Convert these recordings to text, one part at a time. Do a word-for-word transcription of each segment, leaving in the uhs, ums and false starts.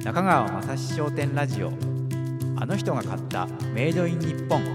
中川雅史商店ラジオ、あの人が買ったメイドイン日本。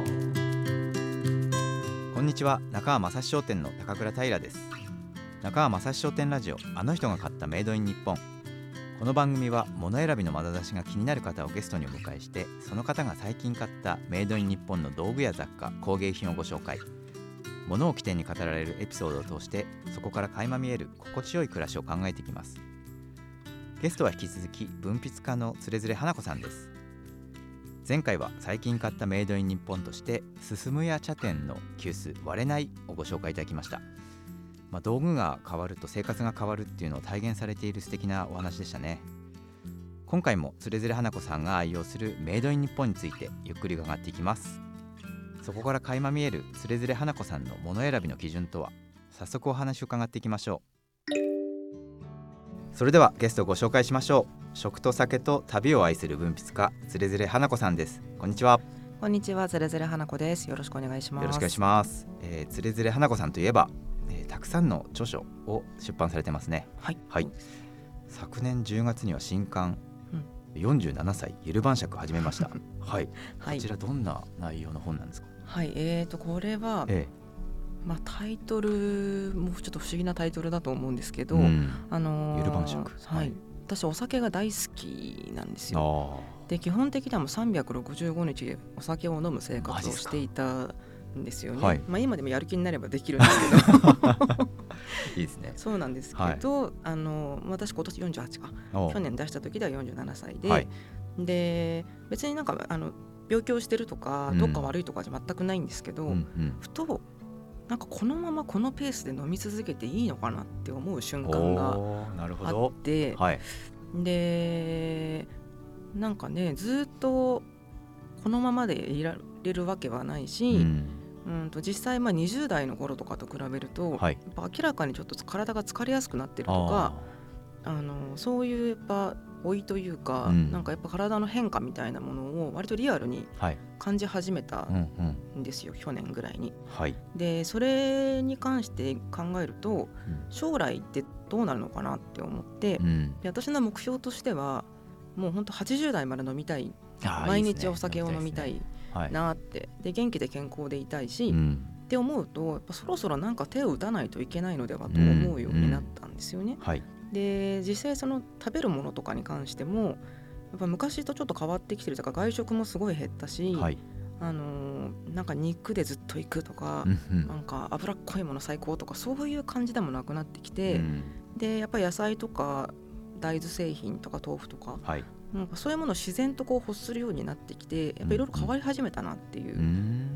こんにちは、中川雅史商店の高倉平です。中川雅史商店ラジオ、あの人が買ったメイドイン日本。この番組は物選びの眼差しが気になる方をゲストにお迎えして、その方が最近買ったメイドイン日本の道具や雑貨、工芸品をご紹介。物を起点に語られるエピソードを通して、そこから垣間見える心地よい暮らしを考えていきます。ゲストは引き続き文筆家のつれづれ花子さんです。前回は最近買ったメイドイン日本として進むや茶店の急須割れないをご紹介いただきました。まあ、道具が変わると生活が変わるっていうのを体現されている素敵なお話でしたね。今回もつれづれ花子さんが愛用するメイドイン日本についてゆっくり伺っていきます。そこから垣間見えるつれづれ花子さんの物選びの基準とは。早速お話を伺っていきましょう。それではゲストをご紹介しましょう。食と酒と旅を愛する文筆家、つれづれ花子さんです。こんにちは。 こんにちは、つれづれ花子です。よろしくお願いします。 よろしくお願いします。えー、つれづれ花子さんといえば、えー、たくさんの著書を出版されてますね。 はい、 はい、昨年じゅうがつには新刊、うん、よんじゅうななさいゆる晩酌始めました。はい、はい、こちらどんな内容の本なんですか？ はい、えーとこれは、ええまあ、タイトルもちょっと不思議なタイトルだと思うんですけど、うん、あのー、 ゆる晩酌、 はい、私お酒が大好きなんですよ。で基本的にはもうさんびゃくろくじゅうごにちお酒を飲む生活をしていたんですよね。はい、まあ、今でもやる気になればできるんですけどいいですね。 そうなんですけど、はい、あの私今年よんじゅうはちか、去年出した時ではよんじゅうななさいで、はい、で別になんかあの病気をしてるとか、うん、どっか悪いとかじゃ全くないんですけど、うんうん、ふとなんかこのままこのペースで飲み続けていいのかなって思う瞬間があって、はい、でなんかねずっとこのままでいられるわけはないし、うん、うんと実際まあにじゅうだいの頃とかと比べると、はい、やっぱ明らかにちょっと体が疲れやすくなってるとか、あのそういうやっぱ老いというか、うん、なんかやっぱ体の変化みたいなものを割とリアルに感じ始めたんですよ、はい、去年ぐらいに、はい、でそれに関して考えると、うん、将来ってどうなるのかなって思って、うん、で私の目標としてはもう本当はちじゅうだいまで飲みたい、毎日お酒を飲みたいなって、で元気で健康でいたいし、うん、って思うとやっぱそろそろなんか手を打たないといけないのではと思うようになったんですよね、うんうん、はい、で実際その食べるものとかに関してもやっぱ昔とちょっと変わってきてるとか、外食もすごい減ったし、はい、あのー、なんか肉でずっと行くとか、うんうん、なんか脂っこいもの最高とかそういう感じでもなくなってきて、うん、でやっぱり野菜とか大豆製品とか豆腐とか、はい、なんかそういうものを自然とこう欲するようになってきて、やっぱりいろいろ変わり始めたなっていう、うん、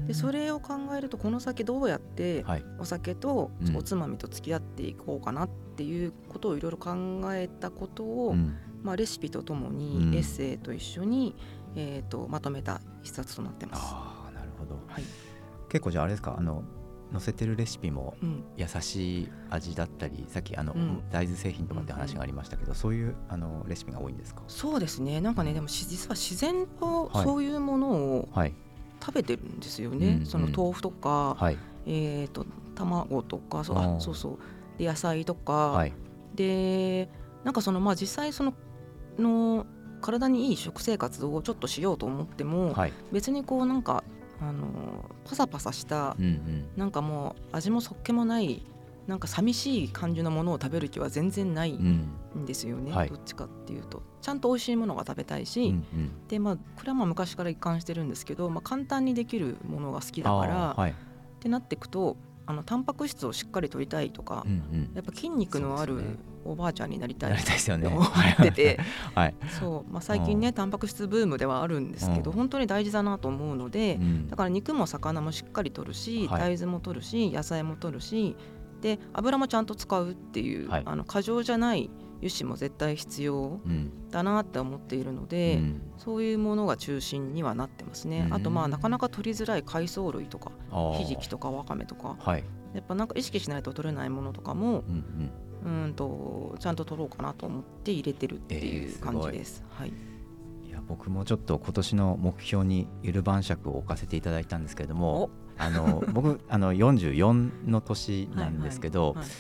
でそれを考えるとこの先どうやってお酒とおつまみと付き合っていこうかなっていうことをいろいろ考えたことを、うん、まあ、レシピとともにエッセイと一緒に、うん、えー、とまとめた一冊となってます。 あ、なるほど、はい、結構じゃああれですか、あの載せてるレシピも優しい味だったり、うん、さっきあの、うん、大豆製品とかって話がありましたけど、うん、そういうあのレシピが多いんですか？ そうですね、なんかね、でも実は自然とそういうものを食べてるんですよね、はいはい、その豆腐とか、うん、えー、と卵とか、そう、あ、そうそうで野菜とか、はい、でなんかそのまあ実際そのの体にいい食生活をちょっとしようと思っても、はい、別にこうなんかあのパサパサした、うんうん、なんかもう味もそっけもないなんか寂しい感じのものを食べる気は全然ないんですよね、うん、はい、どっちかっていうとちゃんと美味しいものが食べたいし、うんうん、でまあ、これはまあ昔から一貫してるんですけど、まあ、簡単にできるものが好きだから、はい、ってなっていくとあのタンパク質をしっかり取りたいとか、うんうん、やっぱ筋肉のあるおばあちゃんになりたいと思ってて、はい、そう、まあ、最近ねタンパク質ブームではあるんですけど、本当に大事だなと思うので、うん、だから肉も魚もしっかり取るし、はい、大豆も取るし野菜も取るし、で油もちゃんと使うっていう、はい、あの過剰じゃない油脂も絶対必要だなって思っているので、うん、そういうものが中心にはなってますね、うん、あとまあなかなか取りづらい海藻類とかひじきとかわかめとか、はい、やっぱなんか意識しないと取れないものとかも、うんうん、うんとちゃんと取ろうかなと思って入れてるっていう感じです、えー、すはい、 いや僕もちょっと今年の目標にゆる晩酌を置かせていただいたんですけれども、あの僕あのよんじゅうよんの年なんですけど、はいはいはい、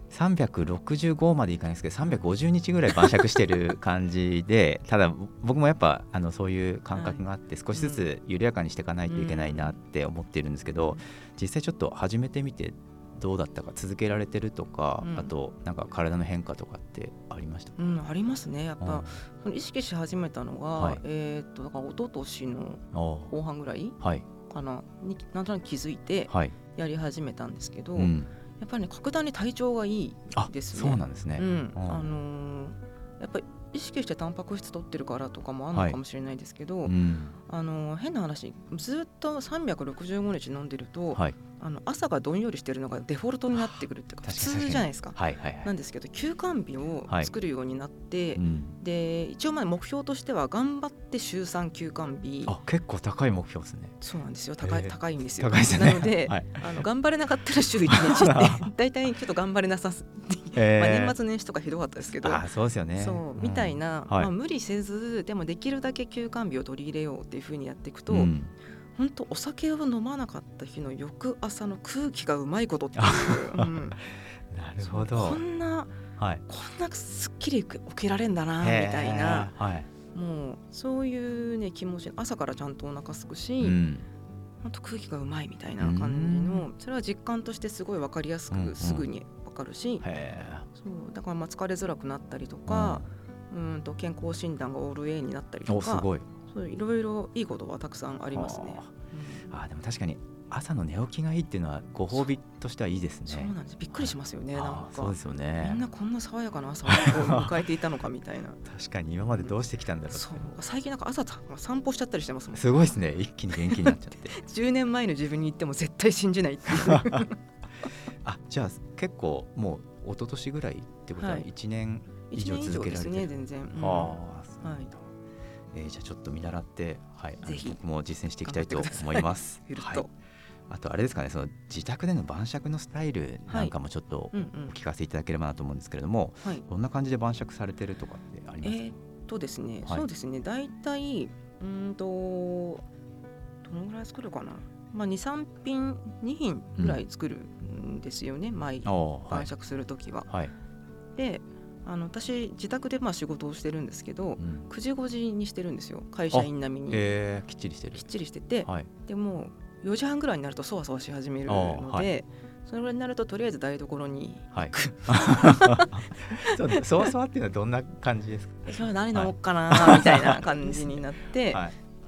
さんびゃくろくじゅうごまでいかないですけどさんびゃくごじゅうにちぐらい晩酌してる感じでただ僕もやっぱあのそういう感覚があって、はい、少しずつ緩やかにしていかないといけないなって思っているんですけど、うん、実際ちょっと始めてみてどうだったか、続けられてるとか、うん、あとなんか体の変化とかってありましたか？ うん、ありますね。やっぱ、うん、意識し始めたのが、はい、えー、っとだから一昨年の後半ぐらいかなになんとなく気づいてやり始めたんですけど、はい、うん、やっぱりね格段に体調がいいですね。 あ、そうなんですね。 うん、あのー、やっぱり意識してタンパク質取ってるからとかもあるのかもしれないですけど、はい、うん、あのー、変な話ずっとさんびゃくろくじゅうごにち飲んでると、はい、あの朝がどんよりしてるのがデフォルトになってくるっていうか普通じゃないですか、はいはいはい、なんですけど休肝日を作るようになって、はい、うん、で一応まあ目標としては頑張って週さん休肝日。あ、 結構高い目標ですね。 そうなんですよ、高い、高いんですよ。 高いですね。 なので、はい、あの頑張れなかったら週いちにちって大体ちょっと頑張れなさす、えーまあ、年末年始とかひどかったですけど、 あ、そうですよね。 そう、うん、みたいな、はい、まあ、無理せずでもできるだけ休肝日を取り入れようっていう風にやっていくと、うん、本当お酒を飲まなかった日の翌朝の空気がうまいことっていう、うん、 なるほど。 こんな、はい、こんなすっきり起きられんだなみたいな、はい、もうそういうね気持ち、朝からちゃんとお腹すくし、うん、本当空気がうまいみたいな感じの、それは実感としてすごい分かりやすく、うんうん、すぐに分かるし、そうだからまあ疲れづらくなったりとか、うん、うんと健康診断がオール A になったりとか、すごいいろいろいいことはたくさんありますね。 あ、うん、あ、でも確かに朝の寝起きがいいっていうのはご褒美としてはいいですね。 そうなんです。びっくりしますよね。なんかそうですよね。 みんなこんな爽やかな朝を迎えていたのかみたいな確かに今までどうしてきたんだろう、うん、 そう最近なんか朝散歩しちゃったりしてますもん。 すごいですね。一気に元気になっちゃってじゅうねんまえの自分に言っても絶対信じないっていうあ、じゃあ結構もう一昨年ぐらいってことは、はい、いちねん以上続けられてる。いちねん以上ですね、全然、うん、はあ、はい、えー、じゃあちょっと見習って、はい、ぜひ僕も実践していきたいと思います。はい、あとあれですかね、その自宅での晩酌のスタイルなんかもちょっとお聞かせいただければなと思うんですけれども、はい、どんな感じで晩酌されてるとかってありますか？ えー、っとですね、はい、そうですね、だいたいうんとどのぐらい作るかな、まあ、にさんぴんにひんぐらい作るんですよね、うん、毎晩酌するときは、はい、であの私自宅でまあ仕事をしてるんですけど、うん、くじごじにしてるんですよ、会社員並みに、 えー、きっちりしてるきっちりしてて、はい、でもよじはんぐらいになるとそわそわし始めるので、はい、それぐらいになるととりあえず台所に行く、 はい、そうそわそわっていうのはどんな感じですか？ 今日何飲もうかな、はい、みたいな感じになって、はい、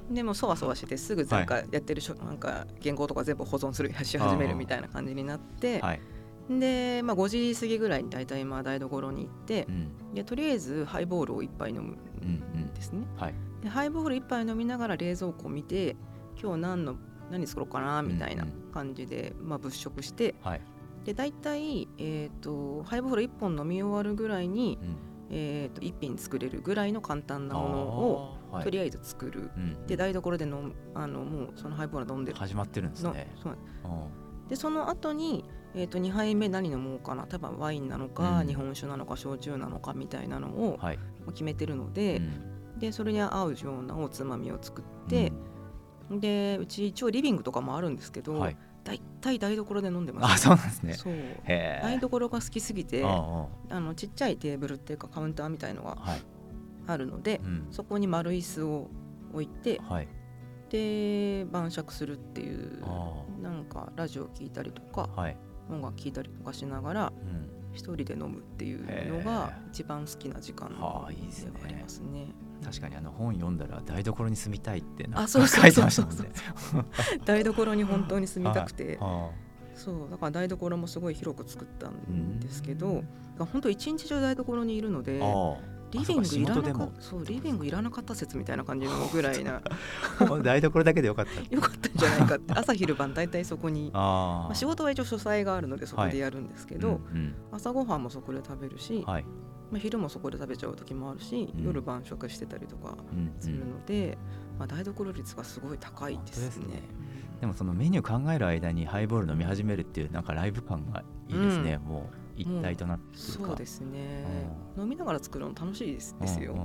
でもそわそわしてすぐなんかやってるしょ、なんか原稿とか全部保存するし始めるみたいな感じになって、はい、で、まあ、ごじ過ぎぐらいに大体まあ台所に行って、うん、でとりあえずハイボールをいっぱい飲むんですね、うんうん、はい、でハイボールいっぱい飲みながら冷蔵庫を見て今日何の何作ろうかなみたいな感じで、うんうん、まあ、物色して、はい、で大体、えーと、ハイボールいっぽん飲み終わるぐらいに、うん、えーと、いっぴん作れるぐらいの簡単なものをとりあえず作る、はい、で台所で飲む、あのもうそのハイボール飲んでる始まってるんですね。 そうでその後に、えーと、にはいめ何飲もうかな、多分ワインなのか、うん、日本酒なのか焼酎なのかみたいなのを決めてるので、はい、うん、でそれに合うようなおつまみを作って、うん、でうち一応リビングとかもあるんですけど、はい、だいたい台所で飲んでます。 あ、そうなんですね。 そう、台所が好きすぎて、ああのちっちゃいテーブルっていうかカウンターみたいのがあるので、はい、うん、そこに丸椅子を置いて、はい、で晩酌するっていう、なんかラジオ聞いたりとか、はい、音楽聞いたりとかしながら、うん、一人で飲むっていうのが一番好きな時間ではありますね。 確かにあの本読んだら台所に住みたいってなんか書いてましたもんね。 台所に本当に住みたくて、そうだから台所もすごい広く作ったんですけど、本当一日中台所にいるので、リビングいらなかった、そうリビングいらなかった説みたいな感じのぐらいな台所だけでよかったよかったんじゃないかって。朝昼晩大体そこにあ、まあ、仕事は一応書斎があるのでそこでやるんですけど、はい、うんうん、朝ごはんもそこで食べるし、はい、まあ、昼もそこで食べちゃう時もあるし、うん、夜晩食してたりとかするので、うんうん、まあ、台所率がすごい高いですね。ですね。 でもそのメニュー考える間にハイボール飲み始めるっていうなんかライブ感がいいですね、うん、もう一体となっていうか。 そうですね、うん、飲みながら作るの楽しいです、ですよ、うんうん、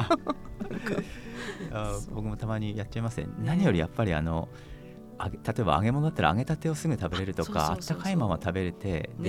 あ、僕もたまにやっちゃいますね。何よりやっぱりあの例えば揚げ物だったら揚げたてをすぐ食べれるとか、あったかいまま食べれて、ね、で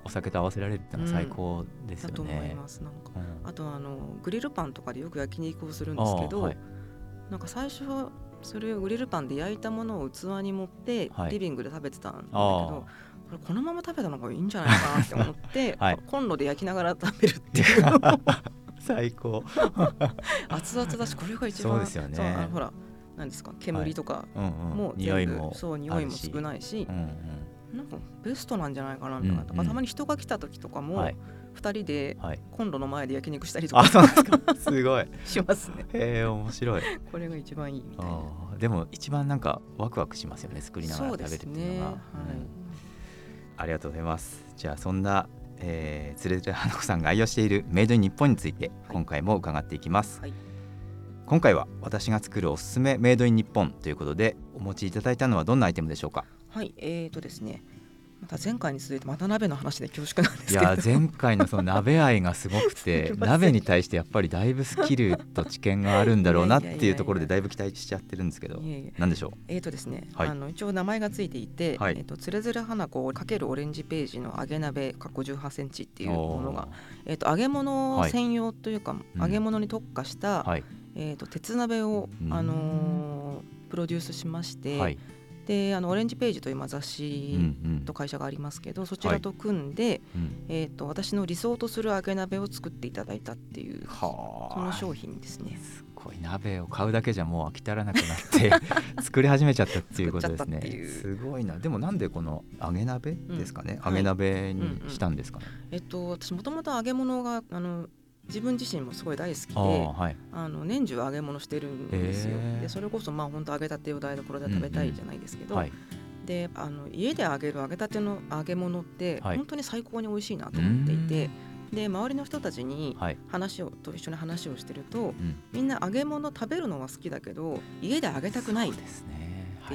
お酒と合わせられるってのは最高ですよね、 うん、だと思います。なんか、 うん、 あとあのグリルパンとかでよく焼肉をするんですけど、はい、なんか最初はそれをグリルパンで焼いたものを器に盛ってリビングで食べてたんだけど、はい、これこのまま食べたのがいいんじゃないかなって思って、はい、コンロで焼きながら食べるっていう最高熱々だし、これが一番そうですよね。 そう、あのほら何ですか、煙とかも全部、はい、うんうん、匂いもそう匂いも少ないし、うんうん、なんかベストなんじゃないかなとか、うんうん、たまに人が来た時とかも、はい、ふたりでコンロの前で焼肉したりとか、はい、あ、そうですかすごいしますね。 へえ、面白い。 これが一番いいみたいな。 あ、でも一番なんかワクワクしますよね、作りながら食べるっていうのが。そうですね、はい、うん、ありがとうございます。じゃあそんなえー、つれづれ花子さんが愛用しているメイドイン日本について今回も伺っていきます、はいはい、今回は私が作るおすすめメイドイン日本ということでお持ちいただいたのはどんなアイテムでしょうか。 はい、えーとですねまた前回に続いてまた鍋の話で恐縮なんですけど、 いや前回のその鍋愛がすごくて鍋に対してやっぱりだいぶスキルと知見があるんだろうなっていうところでだいぶ期待しちゃってるんですけど、何でしょう。 えーとですね、はい、あの一応名前がついていて、はい、えーとつれづれ花子×オレンジページの揚げ鍋じゅうはちセンチっていうものが、えーと揚げ物専用というか、はい、揚げ物に特化した、うん、えーと鉄鍋を、あのー、プロデュースしまして、はい、であのオレンジページというまあ雑誌と会社がありますけど、うんうん、そちらと組んで、はい、えー、と私の理想とする揚げ鍋を作っていただいたっていう、その商品ですね。 すごい、鍋を買うだけじゃもう飽き足らなくなって作り始めちゃったっていうことですね。すごいな。でもなんでこの揚げ鍋ですかね、うん、揚げ鍋にしたんですかね。 うんうん、えっと、私もともと揚げ物があの自分自身もすごい大好きで、あ、はい、あの年中揚げ物してるんですよ。でそれこそまあ本当揚げたてを台所で食べたいじゃないですけど、うんうん、はい、であの家で揚げる揚げたての揚げ物って本当に最高に美味しいなと思っていて、はい、で周りの人たちに話を、はい、と一緒に話をしてると、うん、みんな揚げ物食べるのは好きだけど家で揚げたくないっていう、そうですね、はい、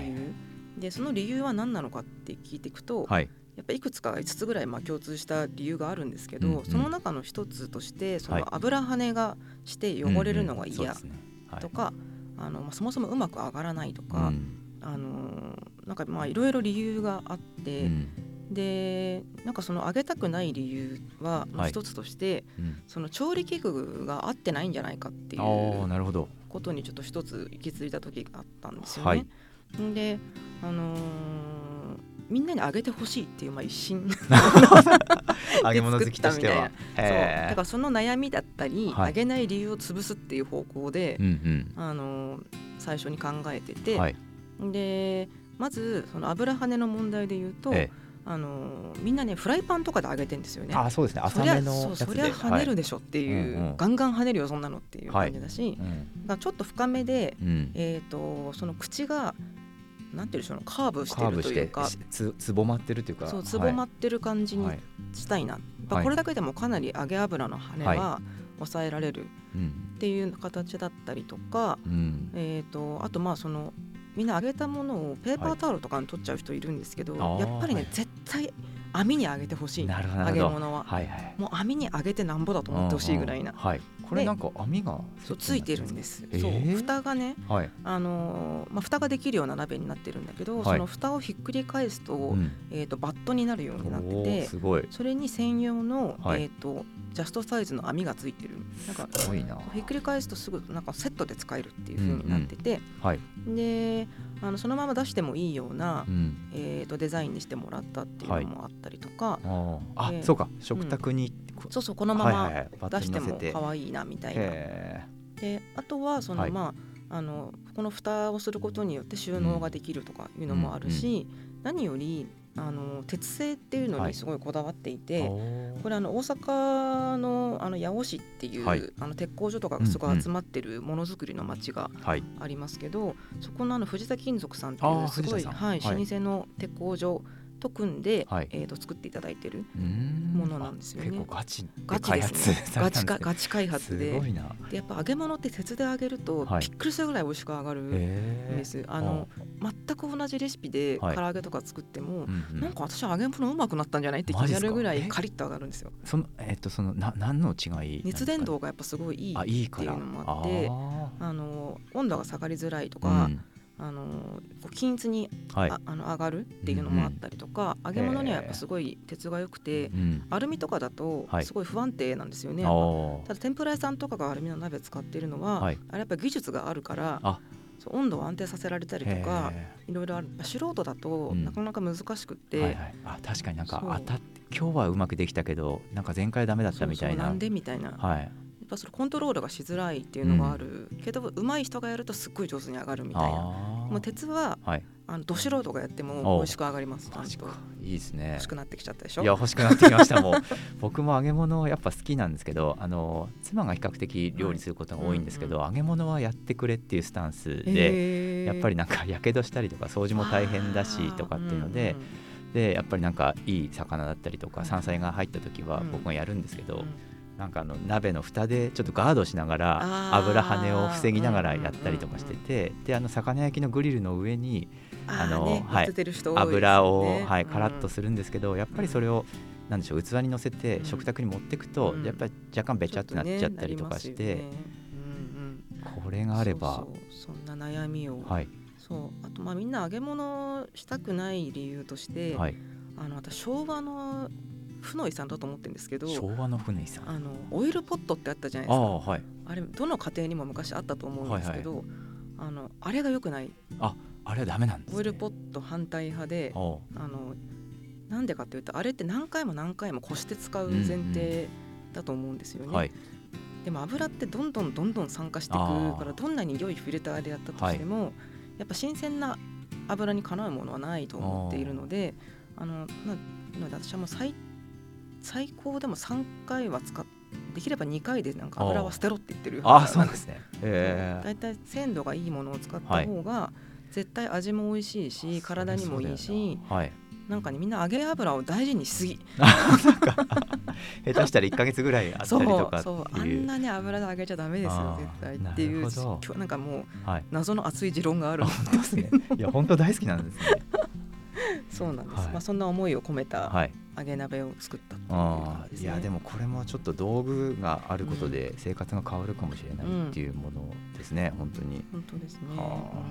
でその理由は何なのかって聞いていくと、はい、やっぱいくつかいつつぐらいまあ共通した理由があるんですけど、うんうん、その中の一つとしてその油跳ねがして汚れるのが嫌とか、あのまあそもそもうまく揚がらないとか、うん、あのなんかまあいろいろ理由があって、うん、でなんかその揚げたくない理由は一つとして、はい、うん、その調理器具が合ってないんじゃないかっていうことにちょっと一つ行き着いた時があったんですよね。はい、であのーみんなにあげてほしいっていう、まあ、一心揚げ物好きとしてはそうだからその悩みだったり、はい、揚げない理由を潰すっていう方向で、うんうん、あの最初に考えてて、はい、でまずその油跳ねの問題で言うと、ええ、あのみんなねフライパンとかで揚げてるんですよね。 あ、そうですね、浅めのやつで、 そりゃ跳ねるでしょっていう、はい、ガンガン跳ねるよそんなのっていう感じだし、はい、うん、だからちょっと深めで、うん、えーと、その口がなんていうんでしょう、カーブしてるというか、 つ, つぼまってるというか、 そうつぼまってる感じにしたいな、はい、これだけでもかなり揚げ油の跳ねは抑えられるっていう形だったりとか、うん、えーと、あとまあそのみんな揚げたものをペーパータオルとかに取っちゃう人いるんですけど、はい、やっぱりね、はい、絶対網に揚げてほしい、揚げ物は、はいはい、もう網に揚げてなんぼだと思ってほしいぐらいな、うんうん、はい、 これなんか網がそうついてるんです、えー、そう蓋がね、はい、あのーまあ、蓋ができるような鍋になってるんだけど、はい、その蓋をひっくり返すと、うん、えーとバットになるようになってて、すごい、それに専用の、はい、えーとジャストサイズの網がついてる、なんかすごいな、ひっくり返すとすぐなんかセットで使えるっていう風になってて、うんうん、はい、であのそのまま出してもいいような、うん、えーとデザインにしてもらったっていうのもあったりとか、はい、 あ、えー、そうか、食卓に、 うん、そうそう、このまま出しても可愛いなみたいな、であとはその、はい、まあ、あのこの蓋をすることによって収納ができるとかいうのもあるし、うんうんうん、何よりあの鉄製っていうのにすごいこだわっていて、はい、これあの大阪 の, あの八尾市っていう、はい、あの鉄工所とかがすごい集まってるものづくりの町がありますけど、うんうん、そこのあの藤田金属さんっていうすごい、はい、老舗の鉄工所と組んで、はい、えー、と作っていただいてるものなんですよね。 結構ガチで開発されたんですね。ガチかガチ開発 で, すごいな。でやっぱ揚げ物って鉄で揚げると、はい、びっくりするぐらい美味しく揚がるんです。あの全く同じレシピで唐揚げとか作っても、はい、なんか私揚げ物うまくなったんじゃないって気になるぐらいカリッと揚がるんですよ。 その、えー、とそのな何の違い、 熱伝導がやっぱすごいいいっていうのもあって、 あ, あの温度が下がりづらいとか、うん、 あのこう均一に、はい、ああの上がるっていうのもあったりとか、うんうん、揚げ物にはやっぱすごい鉄が良くて、うん、アルミとかだとすごい不安定なんですよね、はい、ただ天ぷら屋さんとかがアルミの鍋使っているのは、はい、あれやっぱ技術があるからそう温度を安定させられたりとかいろいろある。素人だとなかなか難しくって、うんはいはい、 あ確かになんか当たって今日はうまくできたけどなんか前回ダメだったみたいな。 そうそうなんでみたいな、 はい、 やっぱそれコントロールがしづらいっていうのがある、うん、けど上手い人がやるとすっごい上手に上がるみたいな。もう鉄は、はい、あのど素人がやっても美味しく上がります。 確かいいですね。 欲しくなってきちゃったでしょ。 いや欲しくなってきましたもう僕も揚げ物やっぱ好きなんですけど、あの妻が比較的料理することが多いんですけど、はいうんうん、揚げ物はやってくれっていうスタンスで、やっぱりなんかやけどしたりとか掃除も大変だしとかっていうので、うんうん、でやっぱりなんかいい魚だったりとか山菜が入った時は僕がやるんですけど、うんうんなんかあの鍋の蓋でちょっとガードしながら油跳ねを防ぎながらやったりとかしてて、であの魚焼きのグリルの上にあの、ねはい、油を、はい、カラッとするんですけど、やっぱりそれをなんでしょう器に乗せて食卓に持っていくと、やっぱり若干べちゃってなっちゃったりとかして、これがあればそうそうそんな悩みを、はい、そうあとまあみんな揚げ物したくない理由として、はい、あの私昭和のフノイさんだと思ってるんですけど、 昭和のフノイさん、 あのオイルポットってあったじゃないですか。 あ,、はい、あれどの家庭にも昔あったと思うんですけど、はいはい、あのあれが良くない。 ああれはダメなんですね。 オイルポット反対派で、あのなんでかというとあれって何回も何回もこして使う前提だと思うんですよね、うんうんはい、でも油ってどんどんどんどん酸化していくからどんなに良いフィルターでやったとしても、はい、やっぱ新鮮な油にかなうものはないと思っているので、あのなので私はもう最最高でもさんかいは使っできればにかいでなんか油は捨てろって言ってる。 ああそうですね。 だいたい鮮度がいいものを使った方が絶対味も美味しいし、はい、体にもいいし、はい、なんかねみんな揚げ油を大事にしすぎ下手したらいっかげつぐらいあったりとかっていう。 そうそうあんなね油で揚げちゃダメですよ絶対っていう、今日なんかもう謎の熱い持論があるんですね。 いや本当大好きなんですね。 そうなんです、はいまあ、そんな思いを込めた揚げ鍋を作ったっていう感じですね。 いやでもこれもちょっと道具があることで生活が変わるかもしれないっていうものですね、うん、本当に本当ですね、うん、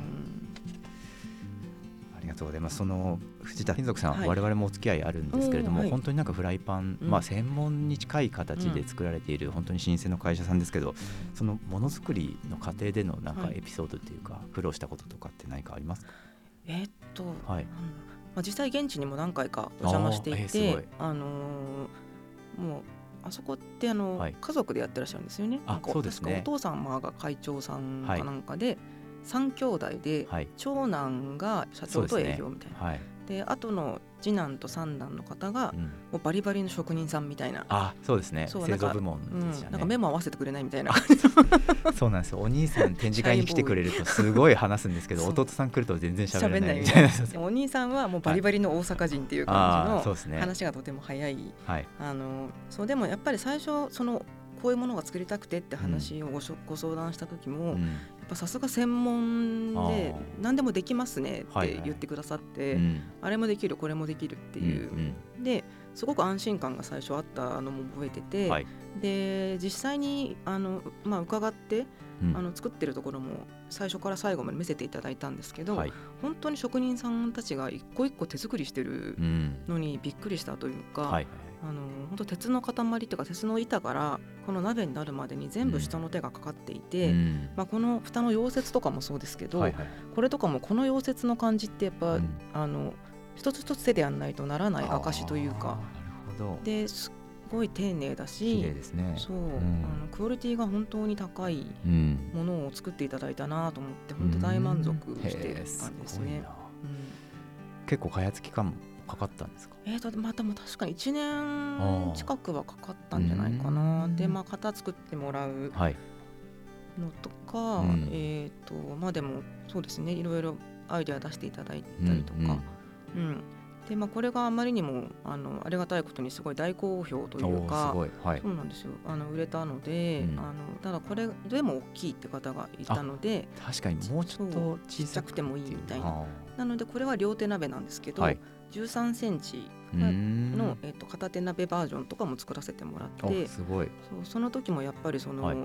ありがとうございます。その藤田金属さん、はい、我々もお付き合いあるんですけれども、はい、本当になんかフライパン、うんまあ、専門に近い形で作られている本当に老舗の会社さんですけど、そのものづくりの過程でのなんかエピソードっていうか、はい、苦労したこととかって何かありますか？ えー、っと、はいまあ、実際現地にも何回かお邪魔していて、あ、あのー、もうあそこってあの、はい、家族でやってらっしゃるんですよね。なんかそうですね、お父様が会長さんかなんかで、はい、さん兄弟で、はい、長男が社長と営業みたいな、で、ねはい、で後の次男と三男の方が、うん、もうバリバリの職人さんみたいな。 あそうですね、製造部門ですよね、 うん、なんか目も合わせてくれないみたいなそうなんですよ。お兄さん展示会に来てくれるとすごい話すんですけど弟さん来ると全然喋れないみたいな。 お兄さんはもうバリバリの大阪人っていう感じの話がとても早い、はい、あのそうでもやっぱり最初そのこういうものが作りたくてって話を ご,、うん、ご相談した時も、うん、やっぱさすが専門で何でもできますねって言ってくださって、はいはい、あれもできるこれもできるっていう、うんうん、ですごく安心感が最初あったのも覚えてて、はい、で実際にあの、まあ、伺って、うん、あの作ってるところも最初から最後まで見せていただいたんですけど、はい、本当に職人さんたちが一個一個手作りしてるのにびっくりしたというか、うんはい、あの本当鉄の塊というか鉄の板からこの鍋になるまでに全部人の手がかかっていて、うんまあ、この蓋の溶接とかもそうですけど、はいはい、これとかもこの溶接の感じってやっぱ、うん、あの一つ一つ手でやんないとならない証というかですごい丁寧だし、綺麗ですね。そう、うん、あのクオリティが本当に高いものを作っていただいたなと思って、うん、本当大満足してたんですね。 うん、結構開発期間もかかったんですか？ えーとまたも確かにいちねん近くはかかったんじゃないかな。で、まあ、型作ってもらうのとか、はい、えーとまあ、でもそうですね、いろいろアイデア出していただいたりとか、うんうんうんでまあ、これがあまりにも あのありがたいことにすごい大好評というか、はい、そうなんですよ、あの売れたので、うん、あのただこれでも大きいって方がいたので、 確かにもうちょっと小さくてもいいみたいな。なのでこれは両手鍋なんですけど、はい、じゅうさんセンチの、えー、と片手鍋バージョンとかも作らせてもらって、 すごい。 そうその時もやっぱりその、はい、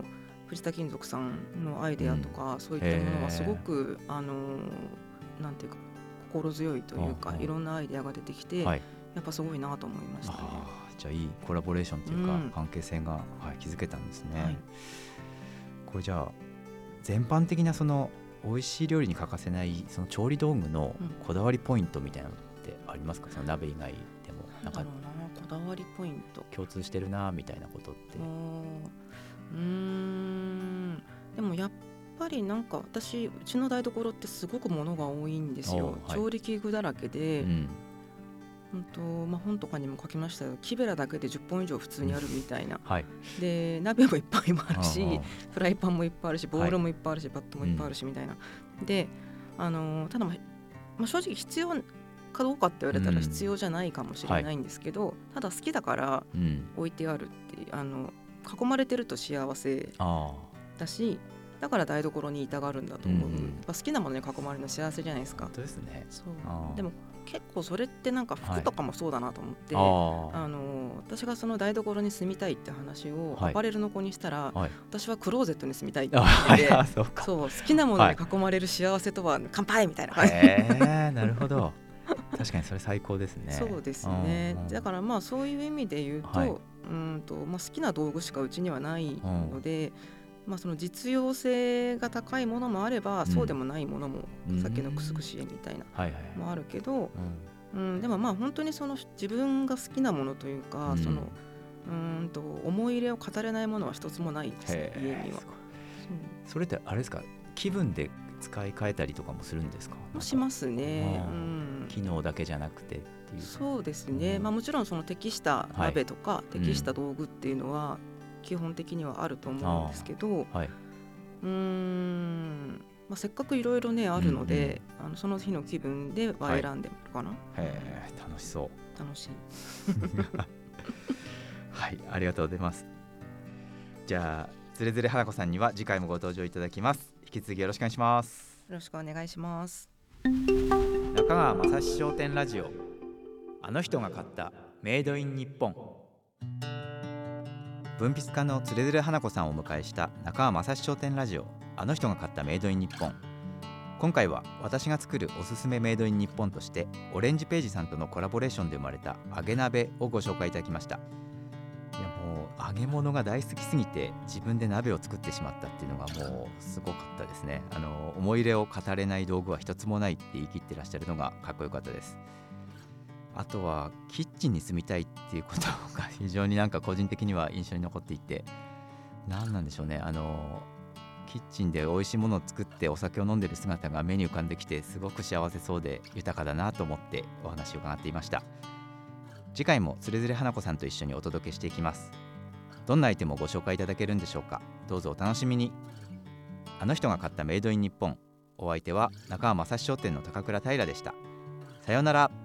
藤田金属さんのアイデアとか、うん、そういったものはすごくあのなんていうか心強いというか、いろんなアイデアが出てきて、はい、やっぱすごいなと思いましたね。 あ、じゃあいいコラボレーションというか、うん、関係性が、はい、築けたんですね、はい、これじゃあ全般的なその美味しい料理に欠かせないその調理道具のこだわりポイントみたいなのってありますか？その鍋以外でもなんかなんだろうな、こだわりポイント共通してるなみたいなことって。 うーんでもやっぱりなんか私うちの台所ってすごく物が多いんですよ、はい、調理器具だらけで、うん、本当、まあ、本とかにも書きましたけど木べらだけでじゅっぽん以上普通にあるみたいな、うんはい、で鍋もいっぱいもあるし、フライパンもいっぱいあるし、ボウルもいっぱいあるし、はい、バットもいっぱいあるしみたいな、うん、であのただ、まあ、正直必要かどうかって言われたら必要じゃないかもしれないんですけど、うんはい、ただ好きだから置いてあるって、あの囲まれてると幸せだし、だから台所にいたがるんだと思う、うんうん、やっぱ好きなものに囲まれるの幸せじゃないですか。 本当ですね。 そうでも結構それってなんか服とかもそうだなと思って、 はい、 ああの私がその台所に住みたいって話をアパレルの子にしたら、はい、私はクローゼットに住みたいって言ってて、そうそう好きなものに囲まれる幸せとは乾杯みたいな感じ、 はい、なるほど確かにそれ最高ですね。 そうですね、うんうん、だからまあそういう意味で言うと、はい、うんとまあ、好きな道具しかうちにはないので、うんまあ、その実用性が高いものもあれば、うん、そうでもないものも、うん、さっきのクスクシエみたいなもあるけど、うんうん、でもまあ本当にその自分が好きなものというか、うん、そのうんと思い入れを語れないものは一つもないですね、家には。 それってあれですか、気分で使い替えたりとかもするんですか？ もしますね、 うん、機能だけじゃなくてっていう。 そうですね、うんまあ、もちろんその適した鍋とか、はい、適した道具っていうのは基本的にはあると思うんですけど、はい、うーん、まあ、せっかくいろいろねあるので、うんうん、あのその日の気分では選んでもらうかな、はい、 へー楽しそう。 楽しいはい、ありがとうございます。じゃあつれづれ花子さんには次回もご登場いただきます。引き続きよろしくお願いします。 よろしくお願いします。 中川雅史商店ラジオ、あの人が買ったメイドイン日本。文筆家のつれづれ花子さんをお迎えした中川雅史商店ラジオ、あの人が買ったメイドイン日本。今回は私が作るおすすめメイドイン日本としてオレンジページさんとのコラボレーションで生まれた揚げ鍋をご紹介いただきました。いやもう揚げ物が大好きすぎて自分で鍋を作ってしまったっていうのがもうすごかったですね。あの思い入れを語れない道具は一つもないって言い切ってらっしゃるのがかっこよかったです。あとはキッチンに住みたいっていうことが非常になんか個人的には印象に残っていて、何なんでしょうね、あのキッチンで美味しいものを作ってお酒を飲んでる姿が目に浮かんできて、すごく幸せそうで豊かだなと思ってお話を伺っていました。次回もつれづれ花子さんと一緒にお届けしていきます。どんなアイテムをご紹介いただけるんでしょうか。どうぞお楽しみに。あの人が買ったメイドイン日本、お相手は中川雅史商店の高倉平でした。さようなら。